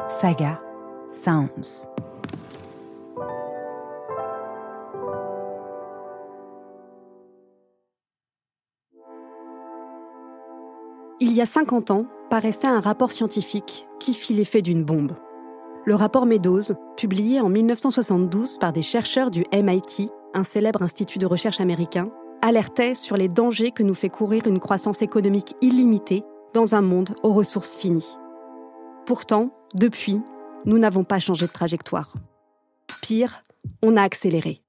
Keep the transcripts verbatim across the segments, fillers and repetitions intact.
Saga Sounds. Il y a cinquante ans, paraissait un rapport scientifique qui fit l'effet d'une bombe. Le rapport Meadows, publié en mille neuf cent soixante-douze par des chercheurs du M I T, un célèbre institut de recherche américain, alertait sur les dangers que nous fait courir une croissance économique illimitée dans un monde aux ressources finies. Pourtant, depuis, nous n'avons pas changé de trajectoire. Pire, on a accéléré.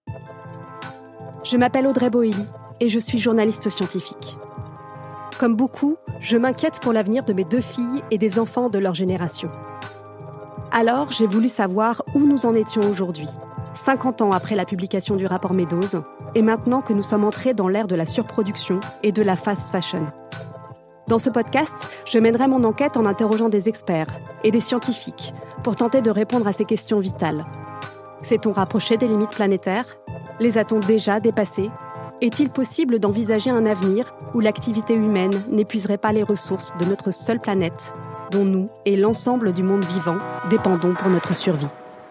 Je m'appelle Audrey Boelly et je suis journaliste scientifique. Comme beaucoup, je m'inquiète pour l'avenir de mes deux filles et des enfants de leur génération. Alors, j'ai voulu savoir où nous en étions aujourd'hui, cinquante ans après la publication du rapport Meadows, et maintenant que nous sommes entrés dans l'ère de la surproduction et de la fast fashion. Dans ce podcast, je mènerai mon enquête en interrogeant des experts et des scientifiques pour tenter de répondre à ces questions vitales. S'est-on rapproché des limites planétaires ? Les a-t-on déjà dépassées ? Est-il possible d'envisager un avenir où l'activité humaine n'épuiserait pas les ressources de notre seule planète, dont nous et l'ensemble du monde vivant dépendons pour notre survie ?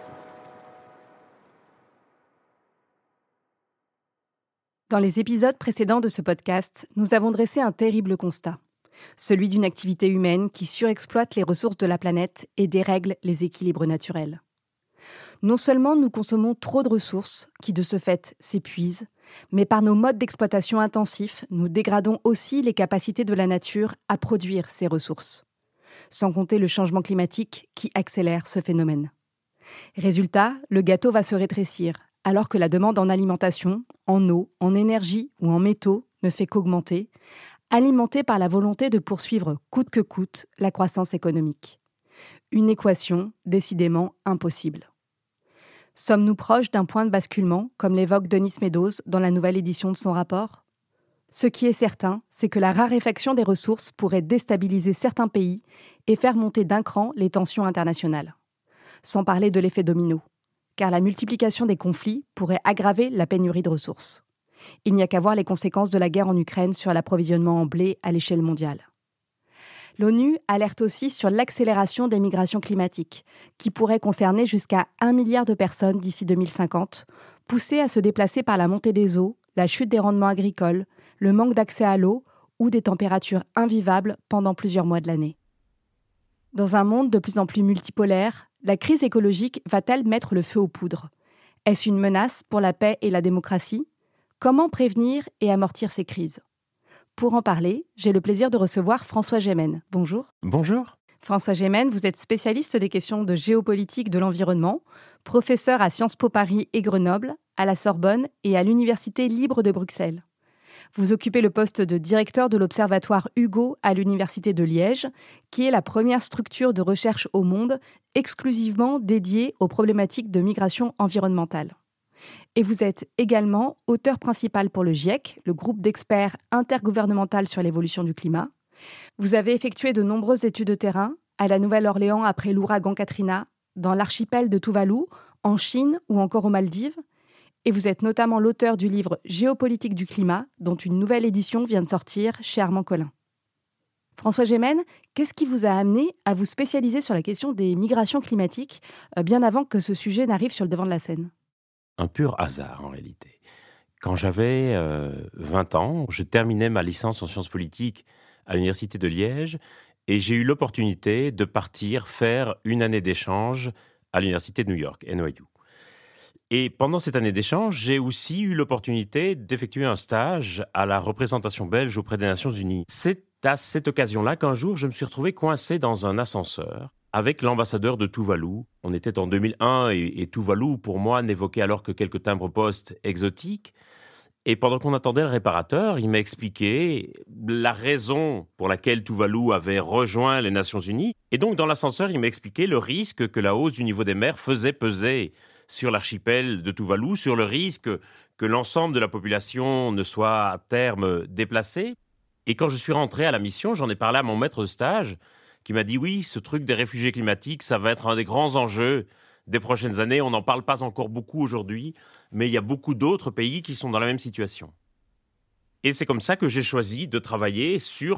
Dans les épisodes précédents de ce podcast, nous avons dressé un terrible constat. Celui d'une activité humaine qui surexploite les ressources de la planète et dérègle les équilibres naturels. Non seulement nous consommons trop de ressources, qui de ce fait s'épuisent, mais par nos modes d'exploitation intensifs, nous dégradons aussi les capacités de la nature à produire ces ressources. Sans compter le changement climatique qui accélère ce phénomène. Résultat, le gâteau va se rétrécir, alors que la demande en alimentation, en eau, en énergie ou en métaux ne fait qu'augmenter, alimentée par la volonté de poursuivre coûte que coûte la croissance économique. Une équation décidément impossible. Sommes-nous proches d'un point de basculement, comme l'évoque Denis Meadows dans la nouvelle édition de son rapport ? Ce qui est certain, c'est que la raréfaction des ressources pourrait déstabiliser certains pays et faire monter d'un cran les tensions internationales. Sans parler de l'effet domino, car la multiplication des conflits pourrait aggraver la pénurie de ressources. Il n'y a qu'à voir les conséquences de la guerre en Ukraine sur l'approvisionnement en blé à l'échelle mondiale. L'ONU alerte aussi sur l'accélération des migrations climatiques, qui pourraient concerner jusqu'à un milliard de personnes d'ici deux mille cinquante, poussées à se déplacer par la montée des eaux, la chute des rendements agricoles, le manque d'accès à l'eau ou des températures invivables pendant plusieurs mois de l'année. Dans un monde de plus en plus multipolaire, la crise écologique va-t-elle mettre le feu aux poudres ? Est-ce une menace pour la paix et la démocratie ? Comment prévenir et amortir ces crises ? Pour en parler, j'ai le plaisir de recevoir François Gémen. Bonjour. Bonjour. François Gémen, vous êtes spécialiste des questions de géopolitique de l'environnement, professeur à Sciences Po Paris et Grenoble, à la Sorbonne et à l'Université libre de Bruxelles. Vous occupez le poste de directeur de l'Observatoire Hugo à l'Université de Liège, qui est la première structure de recherche au monde exclusivement dédiée aux problématiques de migration environnementale. Et vous êtes également auteur principal pour le GIEC, le groupe d'experts intergouvernemental sur l'évolution du climat. Vous avez effectué de nombreuses études de terrain à la Nouvelle-Orléans après l'ouragan Katrina, dans l'archipel de Tuvalu, en Chine ou encore aux Maldives. Et vous êtes notamment l'auteur du livre Géopolitique du climat, dont une nouvelle édition vient de sortir chez Armand Collin. François Gémen, qu'est-ce qui vous a amené à vous spécialiser sur la question des migrations climatiques, bien avant que ce sujet n'arrive sur le devant de la scène ? Un pur hasard, en réalité. Quand j'avais euh, vingt ans, je terminais ma licence en sciences politiques à l'Université de Liège et j'ai eu l'opportunité de partir faire une année d'échange à l'Université de New York, N Y U. Et pendant cette année d'échange, j'ai aussi eu l'opportunité d'effectuer un stage à la représentation belge auprès des Nations Unies. C'est à cette occasion-là qu'un jour, je me suis retrouvé coincé dans un ascenseur avec l'ambassadeur de Tuvalu. On était en deux mille un et, et Tuvalu, pour moi, n'évoquait alors que quelques timbres-poste exotiques. Et pendant qu'on attendait le réparateur, il m'a expliqué la raison pour laquelle Tuvalu avait rejoint les Nations Unies. Et donc, dans l'ascenseur, il m'a expliqué le risque que la hausse du niveau des mers faisait peser sur l'archipel de Tuvalu, sur le risque que l'ensemble de la population ne soit à terme déplacée. Et quand je suis rentré à la mission, j'en ai parlé à mon maître de stage, qui m'a dit « Oui, ce truc des réfugiés climatiques, ça va être un des grands enjeux des prochaines années. On n'en parle pas encore beaucoup aujourd'hui, mais il y a beaucoup d'autres pays qui sont dans la même situation. » Et c'est comme ça que j'ai choisi de travailler sur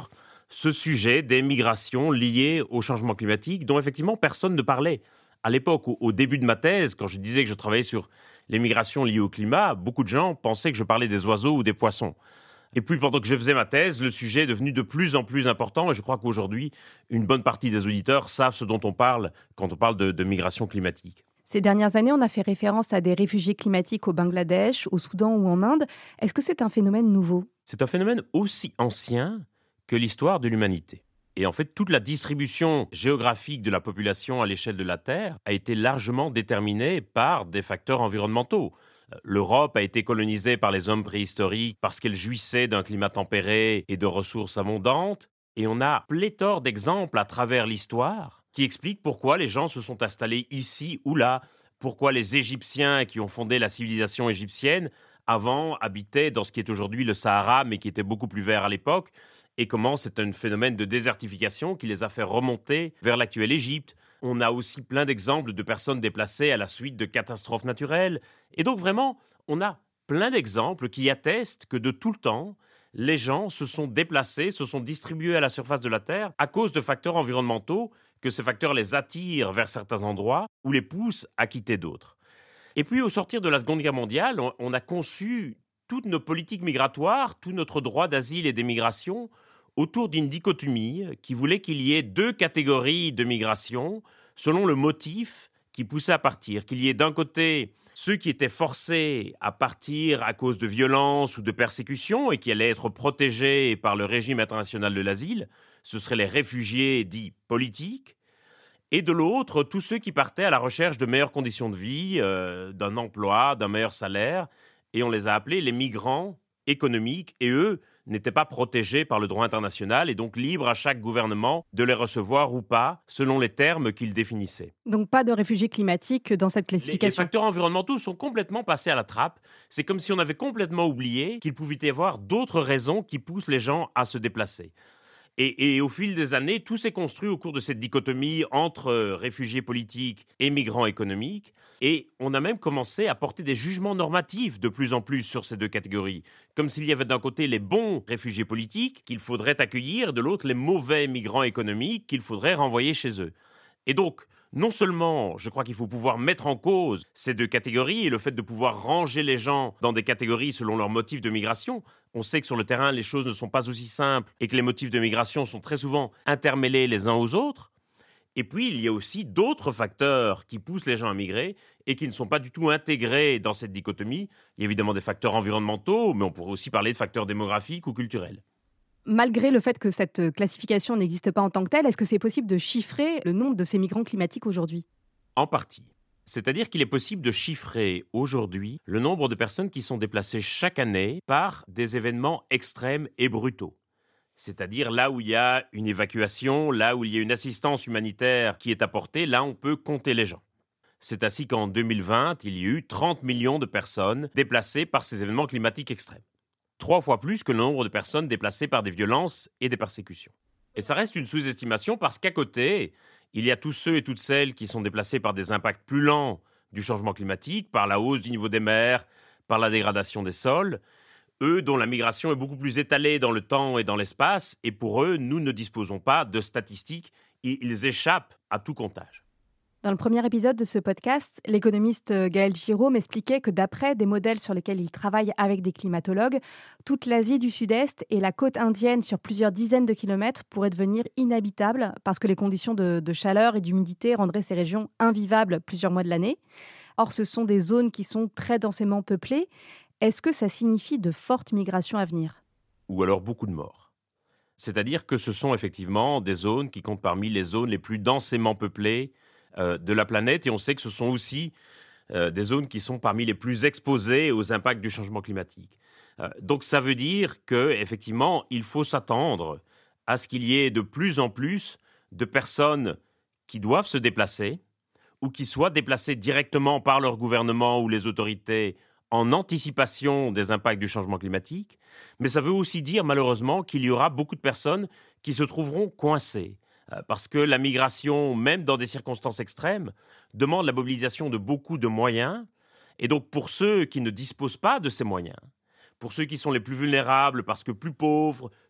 ce sujet des migrations liées au changement climatique, dont effectivement personne ne parlait. À l'époque, au, au début de ma thèse, quand je disais que je travaillais sur les migrations liées au climat, beaucoup de gens pensaient que je parlais des oiseaux ou des poissons. Et puis, pendant que je faisais ma thèse, le sujet est devenu de plus en plus important, et je crois qu'aujourd'hui, une bonne partie des auditeurs savent ce dont on parle quand on parle de, de migration climatique. Ces dernières années, on a fait référence à des réfugiés climatiques au Bangladesh, au Soudan ou en Inde. Est-ce que c'est un phénomène nouveau ? C'est un phénomène aussi ancien que l'histoire de l'humanité. Et en fait, toute la distribution géographique de la population à l'échelle de la Terre a été largement déterminée par des facteurs environnementaux. L'Europe a été colonisée par les hommes préhistoriques parce qu'elle jouissait d'un climat tempéré et de ressources abondantes. Et on a pléthore d'exemples à travers l'histoire qui expliquent pourquoi les gens se sont installés ici ou là, pourquoi les Égyptiens qui ont fondé la civilisation égyptienne avant habitaient dans ce qui est aujourd'hui le Sahara, mais qui était beaucoup plus vert à l'époque, et comment c'est un phénomène de désertification qui les a fait remonter vers l'actuelle Égypte. On a aussi plein d'exemples de personnes déplacées à la suite de catastrophes naturelles. Et donc vraiment, on a plein d'exemples qui attestent que de tout le temps, les gens se sont déplacés, se sont distribués à la surface de la Terre à cause de facteurs environnementaux, que ces facteurs les attirent vers certains endroits ou les poussent à quitter d'autres. Et puis, au sortir de la Seconde Guerre mondiale, on, on a conçu toutes nos politiques migratoires, tout notre droit d'asile et d'émigration autour d'une dichotomie qui voulait qu'il y ait deux catégories de migration selon le motif qui poussait à partir. Qu'il y ait d'un côté ceux qui étaient forcés à partir à cause de violences ou de persécutions et qui allaient être protégés par le régime international de l'asile, ce seraient les réfugiés dits politiques, et de l'autre, tous ceux qui partaient à la recherche de meilleures conditions de vie, euh, d'un emploi, d'un meilleur salaire, et on les a appelés les migrants économiques, et eux n'étaient pas protégés par le droit international et donc libres à chaque gouvernement de les recevoir ou pas, selon les termes qu'il définissait. Donc pas de réfugiés climatiques dans cette Les, les classification. facteurs environnementaux sont complètement passés à la trappe. C'est comme si on avait complètement oublié qu'il pouvait y avoir d'autres raisons qui poussent les gens à se déplacer. Et, et au fil des années, tout s'est construit au cours de cette dichotomie entre euh, réfugiés politiques et migrants économiques. Et on a même commencé à porter des jugements normatifs de plus en plus sur ces deux catégories. Comme s'il y avait d'un côté les bons réfugiés politiques qu'il faudrait accueillir, de l'autre les mauvais migrants économiques qu'il faudrait renvoyer chez eux. Et donc, non seulement, je crois qu'il faut pouvoir mettre en cause ces deux catégories et le fait de pouvoir ranger les gens dans des catégories selon leurs motifs de migration. On sait que sur le terrain, les choses ne sont pas aussi simples et que les motifs de migration sont très souvent intermêlés les uns aux autres. Et puis, il y a aussi d'autres facteurs qui poussent les gens à migrer et qui ne sont pas du tout intégrés dans cette dichotomie. Il y a évidemment des facteurs environnementaux, mais on pourrait aussi parler de facteurs démographiques ou culturels. Malgré le fait que cette classification n'existe pas en tant que telle, est-ce que c'est possible de chiffrer le nombre de ces migrants climatiques aujourd'hui ? En partie. C'est-à-dire qu'il est possible de chiffrer aujourd'hui le nombre de personnes qui sont déplacées chaque année par des événements extrêmes et brutaux. C'est-à-dire là où il y a une évacuation, là où il y a une assistance humanitaire qui est apportée, là on peut compter les gens. C'est ainsi qu'en deux mille vingt, il y a eu trente millions de personnes déplacées par ces événements climatiques extrêmes. Trois fois plus que le nombre de personnes déplacées par des violences et des persécutions. Et ça reste une sous-estimation parce qu'à côté, il y a tous ceux et toutes celles qui sont déplacés par des impacts plus lents du changement climatique, par la hausse du niveau des mers, par la dégradation des sols, eux dont la migration est beaucoup plus étalée dans le temps et dans l'espace, et pour eux, nous ne disposons pas de statistiques, ils échappent à tout comptage. Dans le premier épisode de ce podcast, l'économiste Gaël Giraud m'expliquait que d'après des modèles sur lesquels il travaille avec des climatologues, toute l'Asie du Sud-Est et la côte indienne sur plusieurs dizaines de kilomètres pourraient devenir inhabitables parce que les conditions de, de chaleur et d'humidité rendraient ces régions invivables plusieurs mois de l'année. Or, ce sont des zones qui sont très densément peuplées. Est-ce que ça signifie de fortes migrations à venir ? Ou alors beaucoup de morts. C'est-à-dire que ce sont effectivement des zones qui comptent parmi les zones les plus densément peuplées euh, de la planète, et on sait que ce sont aussi euh, des zones qui sont parmi les plus exposées aux impacts du changement climatique. Euh, donc ça veut dire qu'effectivement, il faut s'attendre à ce qu'il y ait de plus en plus de personnes qui doivent se déplacer ou qui soient déplacées directement par leur gouvernement ou les autorités en anticipation des impacts du changement climatique, mais ça veut aussi dire malheureusement qu'il y aura beaucoup de personnes qui se trouveront coincées, euh, parce que la migration, même dans des circonstances extrêmes, demande la mobilisation de beaucoup de moyens, et donc pour ceux qui ne disposent pas de ces moyens, pour ceux qui sont les plus vulnérables parce que plus pauvres,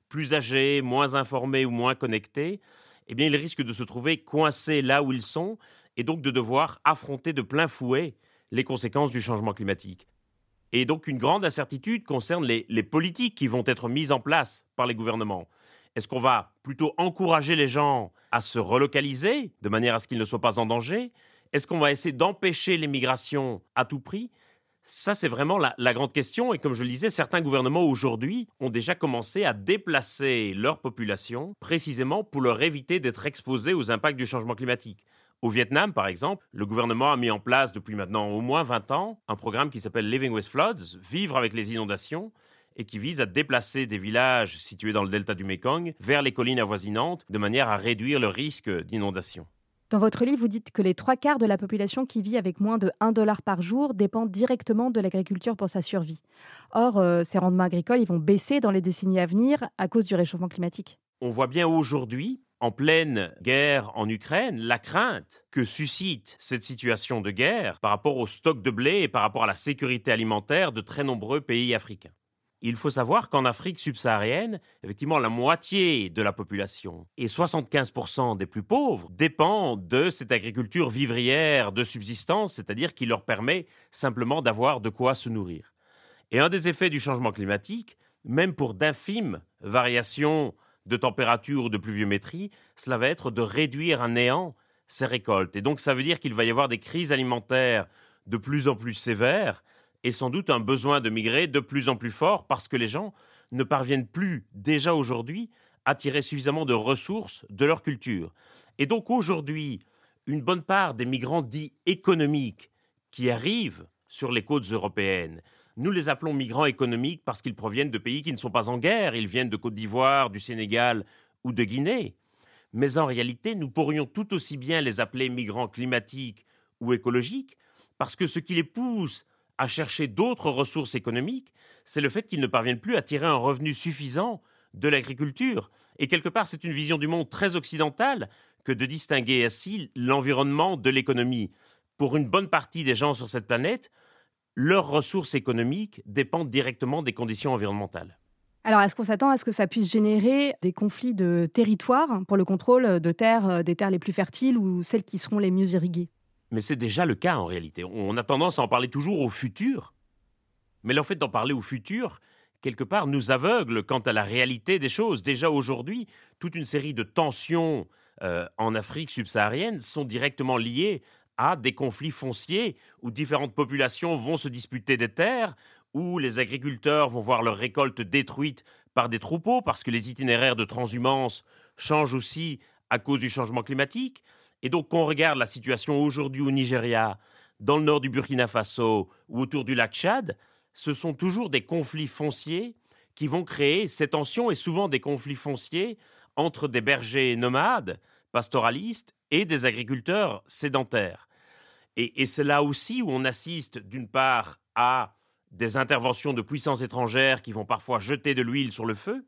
plus âgés, moins informés ou moins connectés, eh bien, ils risquent de se trouver coincés là où ils sont et donc de devoir affronter de plein fouet les conséquences du changement climatique. Et donc, une grande incertitude concerne les, les politiques qui vont être mises en place par les gouvernements. Est-ce qu'on va plutôt encourager les gens à se relocaliser de manière à ce qu'ils ne soient pas en danger ? Est-ce qu'on va essayer d'empêcher les migrations à tout prix ? Ça, c'est vraiment la, la grande question. Et comme je le disais, certains gouvernements aujourd'hui ont déjà commencé à déplacer leur population précisément pour leur éviter d'être exposés aux impacts du changement climatique. Au Vietnam, par exemple, le gouvernement a mis en place depuis maintenant au moins vingt ans un programme qui s'appelle Living with Floods, vivre avec les inondations, et qui vise à déplacer des villages situés dans le delta du Mékong vers les collines avoisinantes de manière à réduire le risque d'inondation. Dans votre livre, vous dites que les trois quarts de la population qui vit avec moins de un dollar par jour dépendent directement de l'agriculture pour sa survie. Or, euh, ces rendements agricoles ils vont baisser dans les décennies à venir à cause du réchauffement climatique. On voit bien aujourd'hui, en pleine guerre en Ukraine, la crainte que suscite cette situation de guerre par rapport au stock de blé et par rapport à la sécurité alimentaire de très nombreux pays africains. Il faut savoir qu'en Afrique subsaharienne, effectivement, la moitié de la population et soixante-quinze pour cent des plus pauvres dépendent de cette agriculture vivrière de subsistance, c'est-à-dire qui leur permet simplement d'avoir de quoi se nourrir. Et un des effets du changement climatique, même pour d'infimes variations de température ou de pluviométrie, cela va être de réduire à néant ces récoltes. Et donc, ça veut dire qu'il va y avoir des crises alimentaires de plus en plus sévères, et sans doute un besoin de migrer de plus en plus fort parce que les gens ne parviennent plus, déjà aujourd'hui, à tirer suffisamment de ressources de leur culture. Et donc aujourd'hui, une bonne part des migrants dits économiques qui arrivent sur les côtes européennes, nous les appelons migrants économiques parce qu'ils proviennent de pays qui ne sont pas en guerre, ils viennent de Côte d'Ivoire, du Sénégal ou de Guinée. Mais en réalité, nous pourrions tout aussi bien les appeler migrants climatiques ou écologiques parce que ce qui les pousse à chercher d'autres ressources économiques, c'est le fait qu'ils ne parviennent plus à tirer un revenu suffisant de l'agriculture. Et quelque part, c'est une vision du monde très occidentale que de distinguer ainsi l'environnement de l'économie. Pour une bonne partie des gens sur cette planète, leurs ressources économiques dépendent directement des conditions environnementales. Alors, est-ce qu'on s'attend à ce que ça puisse générer des conflits de territoire pour le contrôle de terres, des terres les plus fertiles ou celles qui seront les mieux irriguées ? Mais c'est déjà le cas en réalité. On a tendance à en parler toujours au futur. Mais le fait d'en parler au futur, quelque part, nous aveugle quant à la réalité des choses. Déjà aujourd'hui, toute une série de tensions euh, en Afrique subsaharienne sont directement liées à des conflits fonciers où différentes populations vont se disputer des terres, où les agriculteurs vont voir leurs récoltes détruites par des troupeaux parce que les itinéraires de transhumance changent aussi à cause du changement climatique. Et donc, quand on regarde la situation aujourd'hui au Nigeria, dans le nord du Burkina Faso ou autour du lac Tchad, ce sont toujours des conflits fonciers qui vont créer ces tensions et souvent des conflits fonciers entre des bergers nomades, pastoralistes et des agriculteurs sédentaires. Et, et c'est là aussi où on assiste d'une part à des interventions de puissances étrangères qui vont parfois jeter de l'huile sur le feu.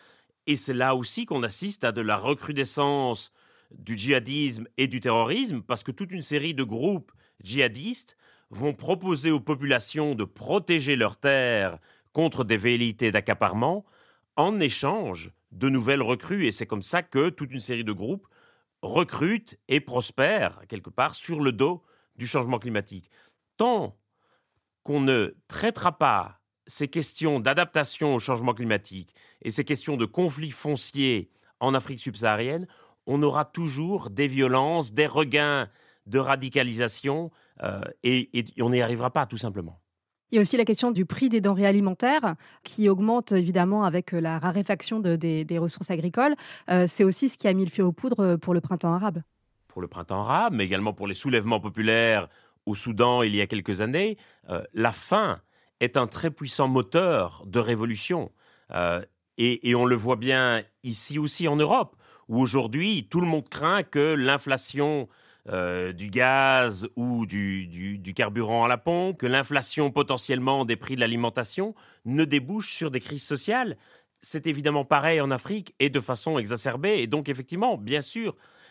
Et c'est là aussi qu'on assiste à de la recrudescence du djihadisme et du terrorisme, parce que toute une série de groupes djihadistes vont proposer aux populations de protéger leurs terres contre des velléités d'accaparement en échange de nouvelles recrues. Et c'est comme ça que toute une série de groupes recrutent et prospèrent, quelque part, sur le dos du changement climatique. Tant qu'on ne traitera pas ces questions d'adaptation au changement climatique et ces questions de conflits fonciers en Afrique subsaharienne, on aura toujours des violences, des regains de radicalisation euh, et, et on n'y arrivera pas, tout simplement. Il y a aussi la question du prix des denrées alimentaires qui augmente évidemment avec la raréfaction de, des, des ressources agricoles. Euh, c'est aussi ce qui a mis le feu aux poudres pour le printemps arabe. Pour le printemps arabe, mais également pour les soulèvements populaires au Soudan il y a quelques années, euh, la faim est un très puissant moteur de révolution. Euh, et, et on le voit bien ici aussi en Europe, où aujourd'hui, tout le monde craint que l'inflation euh, du gaz ou du, du, du carburant à la pompe, que l'inflation potentiellement des prix de l'alimentation ne débouche sur des crises sociales. C'est évidemment pareil en Afrique et de façon exacerbée. Et donc, effectivement, bien sûr,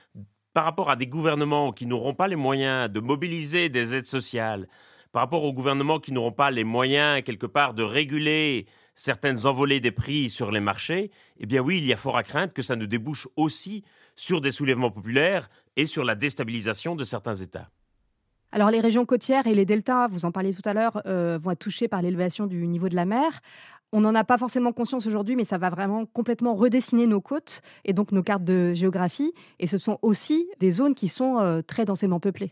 par rapport à des gouvernements qui n'auront pas les moyens de mobiliser des aides sociales, par rapport aux gouvernements qui n'auront pas les moyens, quelque part, de réguler certaines envolées des prix sur les marchés, eh bien oui, il y a fort à craindre que ça ne débouche aussi sur des soulèvements populaires et sur la déstabilisation de certains États. Alors les régions côtières et les deltas, vous en parliez tout à l'heure, euh, vont être touchées par l'élévation du niveau de la mer. On n'en a pas forcément conscience aujourd'hui, mais ça va vraiment complètement redessiner nos côtes et donc nos cartes de géographie. Et ce sont aussi des zones qui sont euh, très densément peuplées.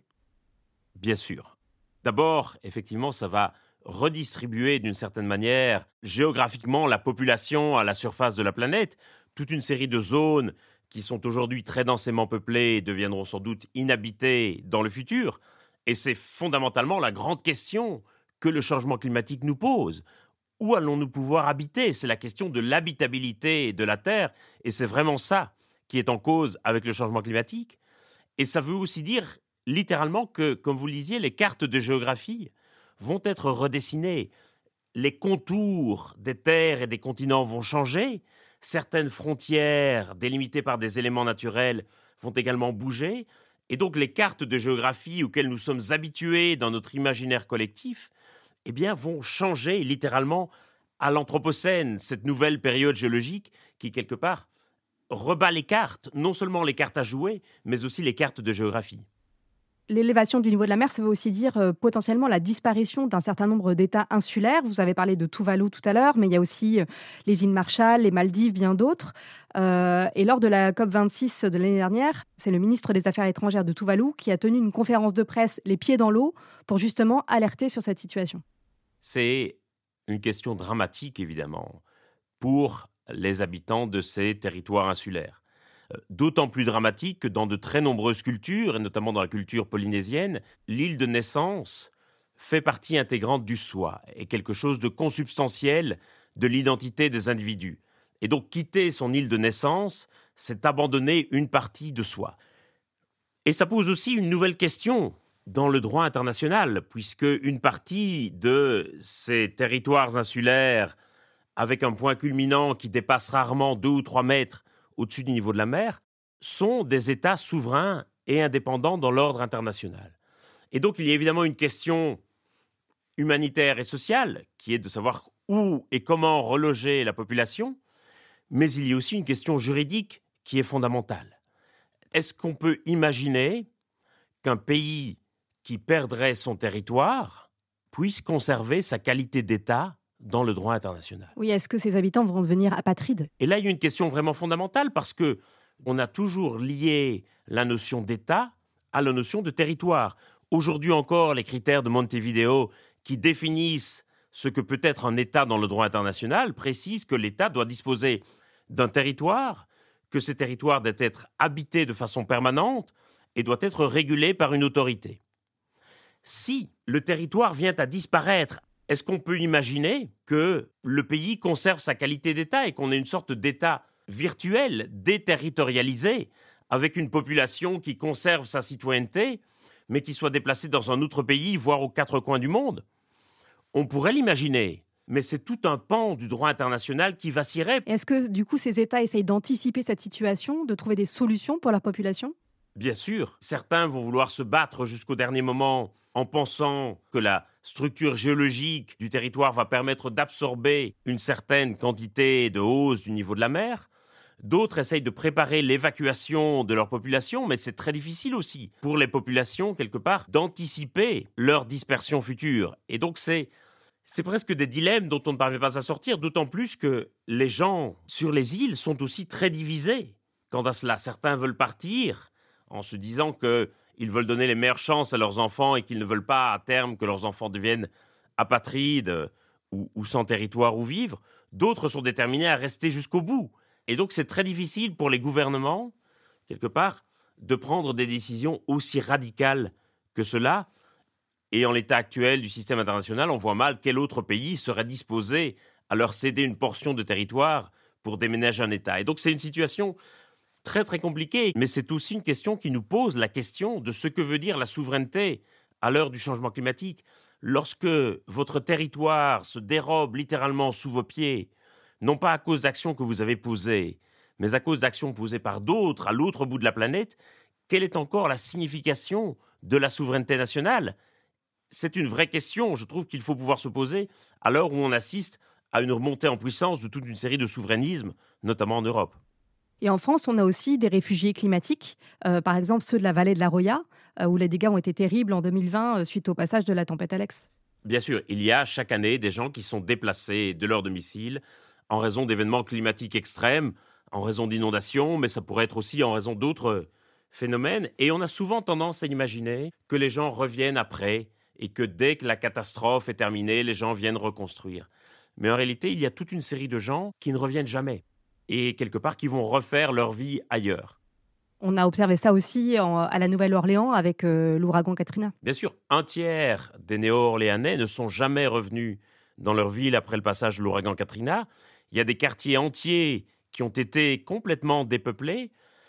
Bien sûr. D'abord, effectivement, ça va redistribuer d'une certaine manière géographiquement la population à la surface de la planète. Toute une série de zones qui sont aujourd'hui très densément peuplées deviendront sans doute inhabitées dans le futur. Et c'est fondamentalement la grande question que le changement climatique nous pose. Où allons-nous pouvoir habiter ? C'est la question de l'habitabilité de la Terre. Et c'est vraiment ça qui est en cause avec le changement climatique. Et ça veut aussi dire littéralement que, comme vous le disiez, les cartes de géographie vont être redessinées. Les contours des terres et des continents vont changer. Certaines frontières délimitées par des éléments naturels vont également bouger. Et donc les cartes de géographie auxquelles nous sommes habitués dans notre imaginaire collectif, eh bien, vont changer littéralement à l'Anthropocène, cette nouvelle période géologique qui, quelque part, rebat les cartes, non seulement les cartes à jouer, mais aussi les cartes de géographie. L'élévation du niveau de la mer, ça veut aussi dire euh, potentiellement la disparition d'un certain nombre d'États insulaires. Vous avez parlé de Tuvalu tout à l'heure, mais il y a aussi euh, les îles Marshall, les Maldives, bien d'autres. Euh, et lors de la COP vingt-six de l'année dernière, c'est le ministre des Affaires étrangères de Tuvalu qui a tenu une conférence de presse les pieds dans l'eau pour justement alerter sur cette situation. C'est une question dramatique, évidemment, pour les habitants de ces territoires insulaires. D'autant plus dramatique que dans de très nombreuses cultures, et notamment dans la culture polynésienne, l'île de naissance fait partie intégrante du soi, est quelque chose de consubstantiel de l'identité des individus. Et donc quitter son île de naissance, c'est abandonner une partie de soi. Et ça pose aussi une nouvelle question dans le droit international, puisque une partie de ces territoires insulaires, avec un point culminant qui dépasse rarement deux ou trois mètres au-dessus du niveau de la mer, sont des États souverains et indépendants dans l'ordre international. Et donc, il y a évidemment une question humanitaire et sociale, qui est de savoir où et comment reloger la population, mais il y a aussi une question juridique qui est fondamentale. Est-ce qu'on peut imaginer qu'un pays qui perdrait son territoire puisse conserver sa qualité d'État dans le droit international? Oui, est-ce que ces habitants vont devenir apatrides ? Et là, il y a une question vraiment fondamentale parce que on a toujours lié la notion d'État à la notion de territoire. Aujourd'hui encore, les critères de Montevideo qui définissent ce que peut être un État dans le droit international précisent que l'État doit disposer d'un territoire, que ce territoire doit être habité de façon permanente et doit être régulé par une autorité. Si le territoire vient à disparaître, est-ce qu'on peut imaginer que le pays conserve sa qualité d'État et qu'on ait une sorte d'État virtuel, déterritorialisé, avec une population qui conserve sa citoyenneté, mais qui soit déplacée dans un autre pays, voire aux quatre coins du monde? On pourrait l'imaginer, mais c'est tout un pan du droit international qui vacillerait. Est-ce que, du coup, ces États essayent d'anticiper cette situation, de trouver des solutions pour leur population ? Bien sûr, certains vont vouloir se battre jusqu'au dernier moment en pensant que la structure géologique du territoire va permettre d'absorber une certaine quantité de hausse du niveau de la mer. D'autres essayent de préparer l'évacuation de leur population, mais c'est très difficile aussi pour les populations, quelque part, d'anticiper leur dispersion future. Et donc c'est, c'est presque des dilemmes dont on ne parvient pas à sortir, d'autant plus que les gens sur les îles sont aussi très divisés quant à cela. Certains veulent partir en se disant qu'ils veulent donner les meilleures chances à leurs enfants et qu'ils ne veulent pas à terme que leurs enfants deviennent apatrides ou, ou sans territoire où vivre. D'autres sont déterminés à rester jusqu'au bout. Et donc c'est très difficile pour les gouvernements, quelque part, de prendre des décisions aussi radicales que cela. Et en l'état actuel du système international, on voit mal quel autre pays serait disposé à leur céder une portion de territoire pour déménager un État. Et donc c'est une situation très très compliquée, mais c'est aussi une question qui nous pose la question de ce que veut dire la souveraineté à l'heure du changement climatique. Lorsque votre territoire se dérobe littéralement sous vos pieds, non pas à cause d'actions que vous avez posées, mais à cause d'actions posées par d'autres à l'autre bout de la planète, quelle est encore la signification de la souveraineté nationale ? C'est une vraie question, je trouve qu'il faut pouvoir se poser à l'heure où on assiste à une remontée en puissance de toute une série de souverainismes, notamment en Europe. Et en France, on a aussi des réfugiés climatiques, euh, par exemple ceux de la vallée de la Roya, euh, où les dégâts ont été terribles en deux mille vingt euh, suite au passage de la tempête Alex. Bien sûr, il y a chaque année des gens qui sont déplacés de leur domicile en raison d'événements climatiques extrêmes, en raison d'inondations, mais ça pourrait être aussi en raison d'autres phénomènes. Et on a souvent tendance à imaginer que les gens reviennent après et que dès que la catastrophe est terminée, les gens viennent reconstruire. Mais en réalité, il y a toute une série de gens qui ne reviennent jamais et quelque part qui vont refaire leur vie ailleurs. On a observé ça aussi en, à la Nouvelle-Orléans avec euh, l'ouragan Katrina. Bien sûr, un tiers des Néo-Orléanais ne sont jamais revenus dans leur ville après le passage de l'ouragan Katrina. Il y a des quartiers entiers qui ont été complètement dépeuplés.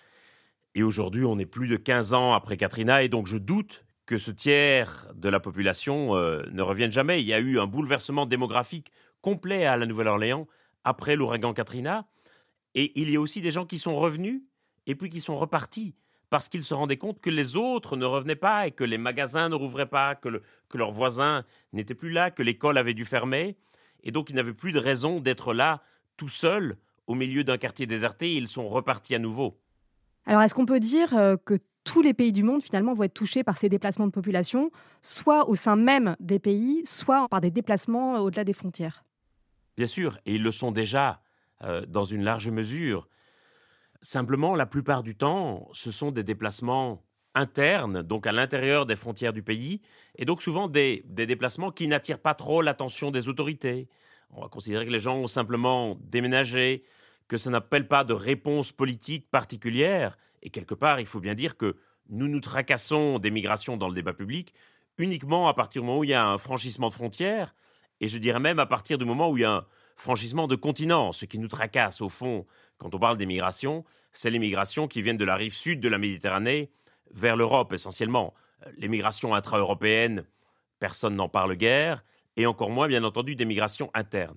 Et aujourd'hui, on est plus de quinze ans après Katrina, et donc je doute que ce tiers de la population euh, ne revienne jamais. Il y a eu un bouleversement démographique complet à la Nouvelle-Orléans après l'ouragan Katrina. Et il y a aussi des gens qui sont revenus et puis qui sont repartis parce qu'ils se rendaient compte que les autres ne revenaient pas et que les magasins ne rouvraient pas, que, le, que leurs voisins n'étaient plus là, que l'école avait dû fermer. Et donc, ils n'avaient plus de raison d'être là tout seuls au milieu d'un quartier déserté et ils sont repartis à nouveau. Alors, est-ce qu'on peut dire euh, que tous les pays du monde, finalement, vont être touchés par ces déplacements de population, soit au sein même des pays, soit par des déplacements au-delà des frontières ? Bien sûr, et ils le sont déjà euh, dans une large mesure. Simplement, la plupart du temps, ce sont des déplacements internes, donc à l'intérieur des frontières du pays, et donc souvent des, des déplacements qui n'attirent pas trop l'attention des autorités. On va considérer que les gens ont simplement déménagé, que ça n'appelle pas de réponse politique particulière, et quelque part, il faut bien dire que nous nous tracassons des migrations dans le débat public uniquement à partir du moment où il y a un franchissement de frontières, et je dirais même à partir du moment où il y a un franchissement de continent. Ce qui nous tracasse, au fond, quand on parle des migrations, c'est les migrations qui viennent de la rive sud de la Méditerranée vers l'Europe, essentiellement. Les migrations intra-européennes, personne n'en parle guère, et encore moins, bien entendu, des migrations internes.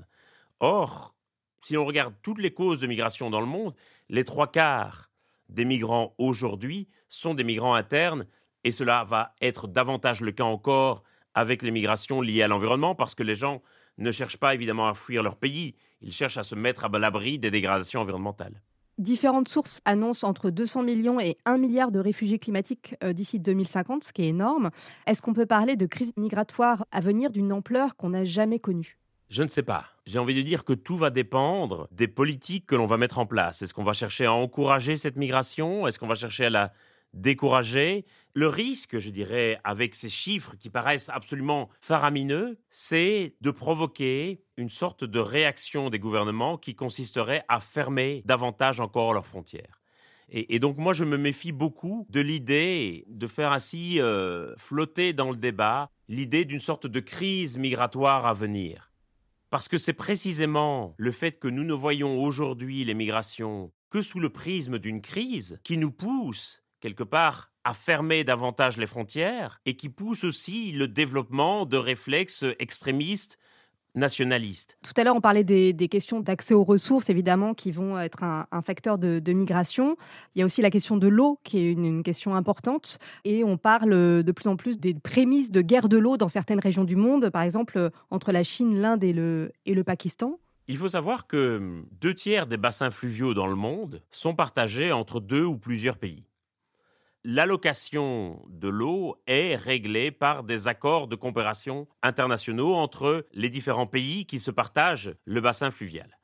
Or, si on regarde toutes les causes de migration dans le monde, les trois quarts des migrants aujourd'hui sont des migrants internes, et cela va être davantage le cas encore avec les migrations liées à l'environnement, parce que les gens ne cherchent pas évidemment à fuir leur pays, ils cherchent à se mettre à l'abri des dégradations environnementales. Différentes sources annoncent entre deux cents millions et un milliard de réfugiés climatiques euh, d'ici deux mille cinquante, ce qui est énorme. Est-ce qu'on peut parler de crise migratoire à venir d'une ampleur qu'on n'a jamais connue ? Je ne sais pas. J'ai envie de dire que tout va dépendre des politiques que l'on va mettre en place. Est-ce qu'on va chercher à encourager cette migration ? Est-ce qu'on va chercher à la décourager ? Le risque, je dirais, avec ces chiffres qui paraissent absolument faramineux, c'est de provoquer une sorte de réaction des gouvernements qui consisterait à fermer davantage encore leurs frontières. Et, et donc moi, je me méfie beaucoup de l'idée de faire ainsi euh, flotter dans le débat l'idée d'une sorte de crise migratoire à venir. Parce que c'est précisément le fait que nous ne voyons aujourd'hui les migrations que sous le prisme d'une crise qui nous pousse, quelque part, à fermer davantage les frontières et qui pousse aussi le développement de réflexes extrémistes, nationalistes. Tout à l'heure, on parlait des, des questions d'accès aux ressources, évidemment, qui vont être un, un facteur de, de migration. Il y a aussi la question de l'eau, qui est une, une question importante. Et on parle de plus en plus des prémices de guerre de l'eau dans certaines régions du monde, par exemple entre la Chine, l'Inde et le, et le Pakistan. Il faut savoir que deux tiers des bassins fluviaux dans le monde sont partagés entre deux ou plusieurs pays. L'allocation de l'eau est réglée par des accords de coopération internationaux entre les différents pays qui se partagent le bassin fluvial.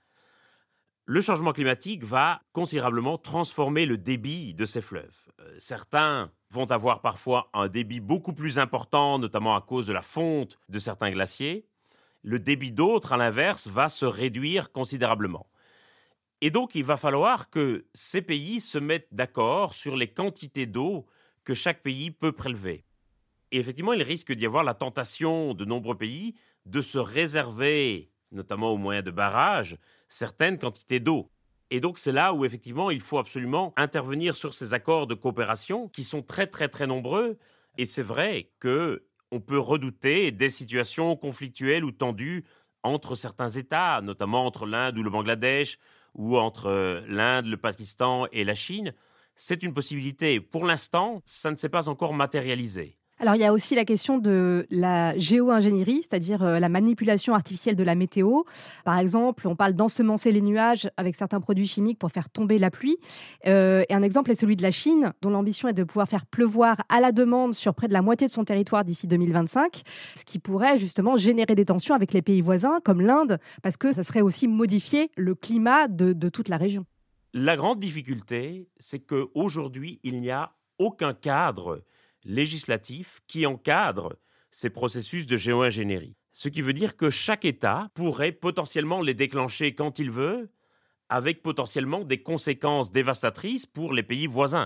Le changement climatique va considérablement transformer le débit de ces fleuves. Euh, certains vont avoir parfois un débit beaucoup plus important, notamment à cause de la fonte de certains glaciers. Le débit d'autres, à l'inverse, va se réduire considérablement. Et donc, il va falloir que ces pays se mettent d'accord sur les quantités d'eau que chaque pays peut prélever. Et effectivement, il risque d'y avoir la tentation de nombreux pays de se réserver, notamment au moyen de barrages, certaines quantités d'eau. Et donc, c'est là où, effectivement, il faut absolument intervenir sur ces accords de coopération qui sont très, très, très nombreux. Et c'est vrai qu'on peut redouter des situations conflictuelles ou tendues entre certains États, notamment entre l'Inde ou le Bangladesh, ou entre l'Inde, le Pakistan et la Chine. C'est une possibilité. Pour l'instant, ça ne s'est pas encore matérialisé. Alors, il y a aussi la question de la géo-ingénierie, c'est-à-dire euh, la manipulation artificielle de la météo. Par exemple, on parle d'ensemencer les nuages avec certains produits chimiques pour faire tomber la pluie. Euh, et un exemple est celui de la Chine, dont l'ambition est de pouvoir faire pleuvoir à la demande sur près de la moitié de son territoire d'ici deux mille vingt-cinq, ce qui pourrait justement générer des tensions avec les pays voisins, comme l'Inde, parce que ça serait aussi modifier le climat de, de toute la région. La grande difficulté, c'est qu'aujourd'hui, il n'y a aucun cadre législatif qui encadre ces processus de géo-ingénierie. Ce qui veut dire que chaque État pourrait potentiellement les déclencher quand il veut, avec potentiellement des conséquences dévastatrices pour les pays voisins.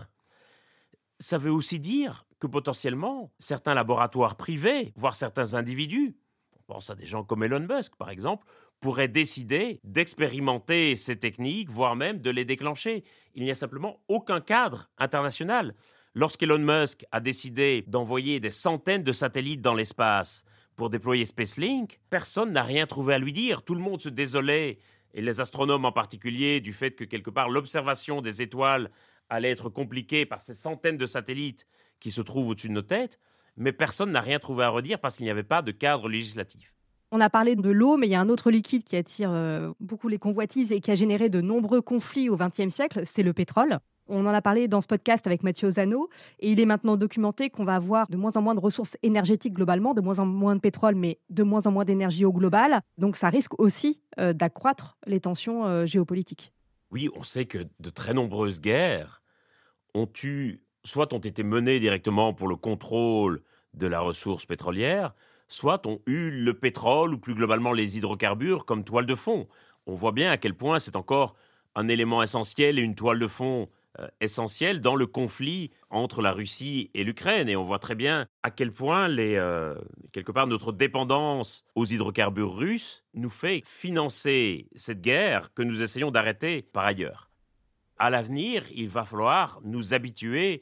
Ça veut aussi dire que potentiellement, certains laboratoires privés, voire certains individus, on pense à des gens comme Elon Musk par exemple, pourraient décider d'expérimenter ces techniques, voire même de les déclencher. Il n'y a simplement aucun cadre international. Lorsqu'Elon Musk a décidé d'envoyer des centaines de satellites dans l'espace pour déployer SpaceLink, personne n'a rien trouvé à lui dire. Tout le monde se désolait, et les astronomes en particulier, du fait que quelque part l'observation des étoiles allait être compliquée par ces centaines de satellites qui se trouvent au-dessus de nos têtes, mais personne n'a rien trouvé à redire parce qu'il n'y avait pas de cadre législatif. On a parlé de l'eau, mais il y a un autre liquide qui attire euh, beaucoup les convoitises et qui a généré de nombreux conflits au vingtième siècle, c'est le pétrole. On en a parlé dans ce podcast avec Mathieu Ozano, et il est maintenant documenté qu'on va avoir de moins en moins de ressources énergétiques globalement, de moins en moins de pétrole, mais de moins en moins d'énergie au global. Donc ça risque aussi euh, d'accroître les tensions euh, géopolitiques. Oui, on sait que de très nombreuses guerres ont eu, soit ont été menées directement pour le contrôle de la ressource pétrolière, soit ont eu le pétrole ou plus globalement les hydrocarbures comme toile de fond. On voit bien à quel point c'est encore un élément essentiel et une toile de fond euh, essentielle dans le conflit entre la Russie et l'Ukraine. Et on voit très bien à quel point, les, euh, quelque part, notre dépendance aux hydrocarbures russes nous fait financer cette guerre que nous essayons d'arrêter par ailleurs. À l'avenir, il va falloir nous habituer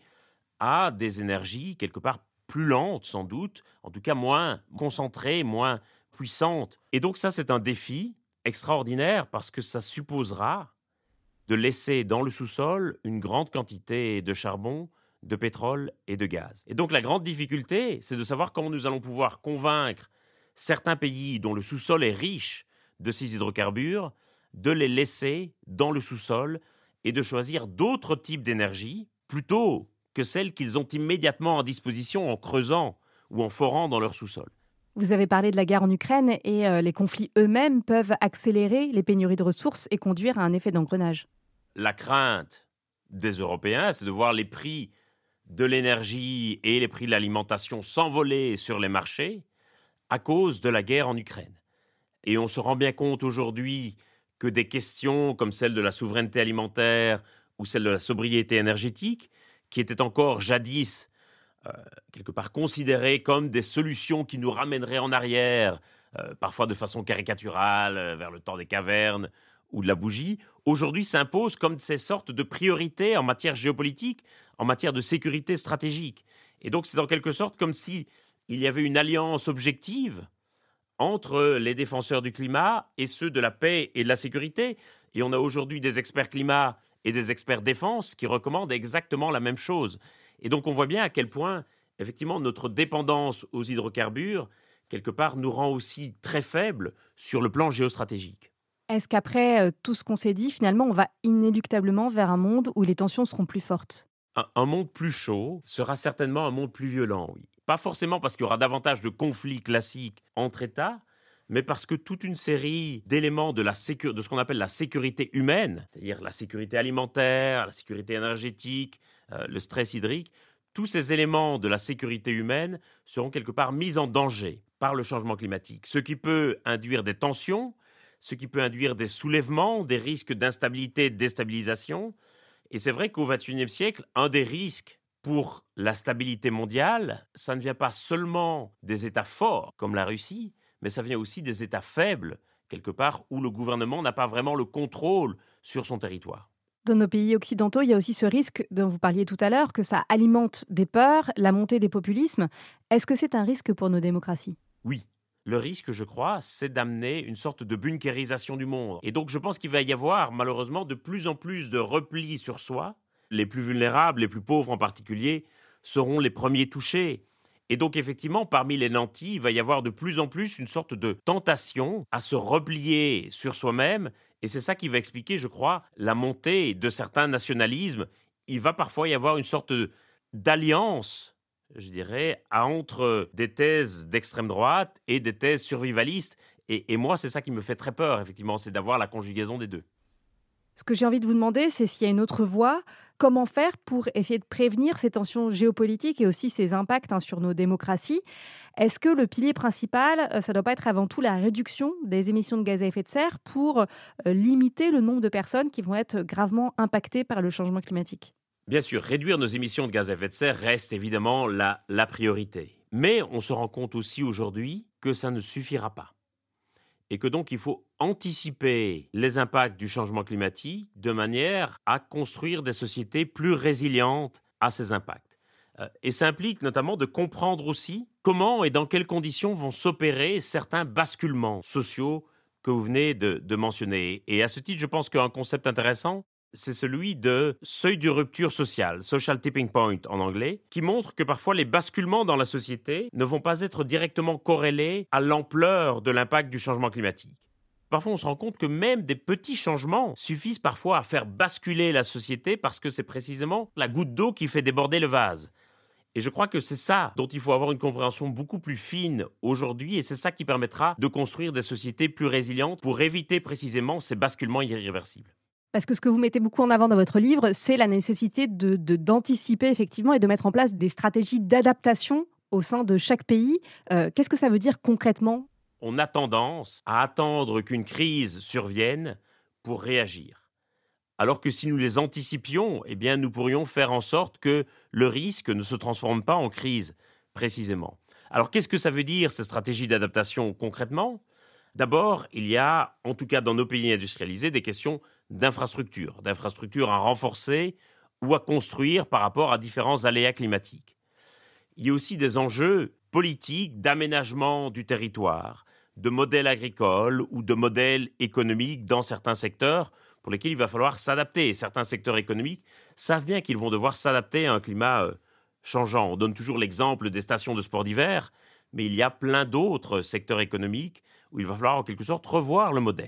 à des énergies quelque part plus lentes sans doute, en tout cas moins concentrées, moins puissantes. Et donc ça, c'est un défi extraordinaire parce que ça supposera de laisser dans le sous-sol une grande quantité de charbon, de pétrole et de gaz. Et donc la grande difficulté, c'est de savoir comment nous allons pouvoir convaincre certains pays dont le sous-sol est riche de ces hydrocarbures de les laisser dans le sous-sol et de choisir d'autres types d'énergie plutôt que celles qu'ils ont immédiatement en disposition en creusant ou en forant dans leur sous-sol. Vous avez parlé de la guerre en Ukraine et euh, les conflits eux-mêmes peuvent accélérer les pénuries de ressources et conduire à un effet d'engrenage. La crainte des Européens, c'est de voir les prix de l'énergie et les prix de l'alimentation s'envoler sur les marchés à cause de la guerre en Ukraine. Et on se rend bien compte aujourd'hui que des questions comme celle de la souveraineté alimentaire ou celle de la sobriété énergétique, qui étaient encore jadis euh, quelque part considérées comme des solutions qui nous ramèneraient en arrière, euh, parfois de façon caricaturale, euh, vers le temps des cavernes ou de la bougie, aujourd'hui s'imposent comme ces sortes de priorités en matière géopolitique, en matière de sécurité stratégique. Et donc c'est en quelque sorte comme si il y avait une alliance objective entre les défenseurs du climat et ceux de la paix et de la sécurité. Et on a aujourd'hui des experts climat et des experts défense qui recommandent exactement la même chose. Et donc on voit bien à quel point, effectivement, notre dépendance aux hydrocarbures, quelque part, nous rend aussi très faibles sur le plan géostratégique. Est-ce qu'après euh, tout ce qu'on s'est dit, finalement, on va inéluctablement vers un monde où les tensions seront plus fortes ? Un, un monde plus chaud sera certainement un monde plus violent, oui. Pas forcément parce qu'il y aura davantage de conflits classiques entre États, mais parce que toute une série d'éléments de, la sécu- de ce qu'on appelle la sécurité humaine, c'est-à-dire la sécurité alimentaire, la sécurité énergétique, euh, le stress hydrique, tous ces éléments de la sécurité humaine seront quelque part mis en danger par le changement climatique, ce qui peut induire des tensions, ce qui peut induire des soulèvements, des risques d'instabilité et de déstabilisation. Et c'est vrai qu'au vingt et unième siècle, un des risques pour la stabilité mondiale, ça ne vient pas seulement des États forts comme la Russie, mais ça vient aussi des États faibles, quelque part, où le gouvernement n'a pas vraiment le contrôle sur son territoire. Dans nos pays occidentaux, il y a aussi ce risque dont vous parliez tout à l'heure, que ça alimente des peurs, la montée des populismes. Est-ce que c'est un risque pour nos démocraties ? Oui. Le risque, je crois, c'est d'amener une sorte de bunkérisation du monde. Et donc, je pense qu'il va y avoir, malheureusement, de plus en plus de repli sur soi. Les plus vulnérables, les plus pauvres en particulier, seront les premiers touchés. Et donc, effectivement, parmi les nantis, il va y avoir de plus en plus une sorte de tentation à se replier sur soi-même. Et c'est ça qui va expliquer, je crois, la montée de certains nationalismes. Il va parfois y avoir une sorte d'alliance, je dirais, entre des thèses d'extrême droite et des thèses survivalistes. Et, et moi, c'est ça qui me fait très peur, effectivement, c'est d'avoir la conjugaison des deux. Ce que j'ai envie de vous demander, c'est s'il y a une autre voie. Comment faire pour essayer de prévenir ces tensions géopolitiques et aussi ces impacts hein, sur nos démocraties? Est-ce que le pilier principal, ça ne doit pas être avant tout la réduction des émissions de gaz à effet de serre pour euh, limiter le nombre de personnes qui vont être gravement impactées par le changement climatique? Bien sûr, réduire nos émissions de gaz à effet de serre reste évidemment la, la priorité. Mais on se rend compte aussi aujourd'hui que ça ne suffira pas. Et que donc il faut anticiper les impacts du changement climatique de manière à construire des sociétés plus résilientes à ces impacts. Euh, et ça implique notamment de comprendre aussi comment et dans quelles conditions vont s'opérer certains basculements sociaux que vous venez de, de mentionner. Et à ce titre, je pense qu'un concept intéressant, c'est celui de seuil de rupture sociale, social tipping point en anglais, qui montre que parfois les basculements dans la société ne vont pas être directement corrélés à l'ampleur de l'impact du changement climatique. Parfois, on se rend compte que même des petits changements suffisent parfois à faire basculer la société parce que c'est précisément la goutte d'eau qui fait déborder le vase. Et je crois que c'est ça dont il faut avoir une compréhension beaucoup plus fine aujourd'hui et c'est ça qui permettra de construire des sociétés plus résilientes pour éviter précisément ces basculements irréversibles. Parce que ce que vous mettez beaucoup en avant dans votre livre, c'est la nécessité de, de, d'anticiper effectivement et de mettre en place des stratégies d'adaptation au sein de chaque pays. Euh, qu'est-ce que ça veut dire concrètement ? On a tendance à attendre qu'une crise survienne pour réagir. Alors que si nous les anticipions, eh bien, nous pourrions faire en sorte que le risque ne se transforme pas en crise, précisément. Alors, qu'est-ce que ça veut dire, ces stratégies d'adaptation concrètement ? D'abord, il y a, en tout cas dans nos pays industrialisés, des questions d'infrastructures, d'infrastructures à renforcer ou à construire par rapport à différents aléas climatiques. Il y a aussi des enjeux politiques d'aménagement du territoire, de modèles agricoles ou de modèles économiques dans certains secteurs pour lesquels il va falloir s'adapter. Certains secteurs économiques savent bien qu'ils vont devoir s'adapter à un climat euh, changeant. On donne toujours l'exemple des stations de sport d'hiver, mais il y a plein d'autres secteurs économiques où il va falloir en quelque sorte revoir le modèle.